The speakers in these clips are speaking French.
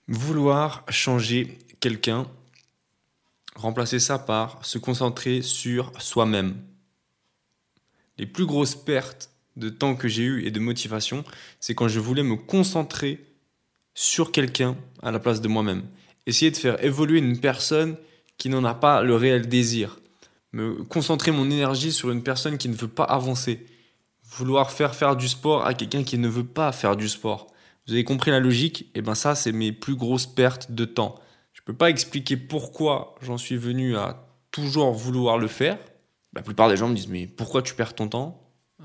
Vouloir changer quelqu'un, remplacer ça par se concentrer sur soi-même. Les plus grosses pertes de temps que j'ai eues et de motivation, c'est quand je voulais me concentrer sur quelqu'un à la place de moi-même. Essayer de faire évoluer une personne qui n'en a pas le réel désir. Me concentrer mon énergie sur une personne qui ne veut pas avancer. Vouloir faire du sport à quelqu'un qui ne veut pas faire du sport. Vous avez compris la logique? Et ben ça, c'est mes plus grosses pertes de temps. Je ne peux pas expliquer pourquoi j'en suis venu à toujours vouloir le faire. La plupart des gens me disent mais pourquoi tu perds ton temps?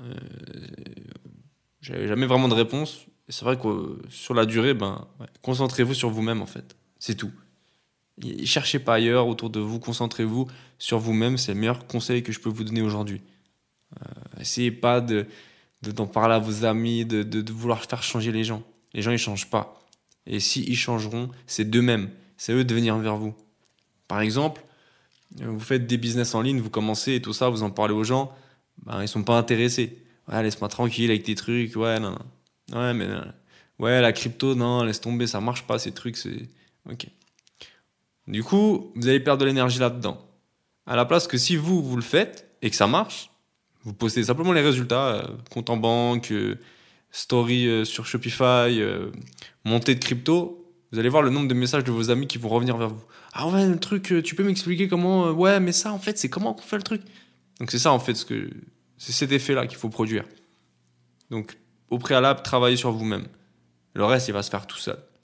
J'avais jamais vraiment de réponse. Et c'est vrai que sur la durée, concentrez-vous sur vous-même en fait. C'est tout. Et cherchez pas ailleurs autour de vous, concentrez-vous sur vous-même. C'est le meilleur conseil que je peux vous donner aujourd'hui. Essayez pas d'en parler à vos amis, de vouloir faire changer les gens. Les gens, ils changent pas. Et si ils changeront, c'est d'eux-mêmes. C'est eux de venir vers vous. Par exemple, vous faites des business en ligne, vous commencez et tout ça, vous en parlez aux gens, ils sont pas intéressés. Ouais, laisse-moi tranquille avec tes trucs, ouais, non, non. Ouais, mais ouais, la crypto, non, laisse tomber, ça marche pas, ces trucs, c'est. Ok. Du coup, vous allez perdre de l'énergie là-dedans. À la place que si vous le faites et que ça marche, vous postez simplement les résultats, compte en banque, story sur Shopify, montée de crypto, vous allez voir le nombre de messages de vos amis qui vont revenir vers vous. Ah ouais, le truc, tu peux m'expliquer comment ouais, mais ça, en fait, c'est comment qu'on fait le truc? Donc c'est ça, en fait, c'est cet effet-là qu'il faut produire. Donc, au préalable, travaillez sur vous-même. Le reste, il va se faire tout seul.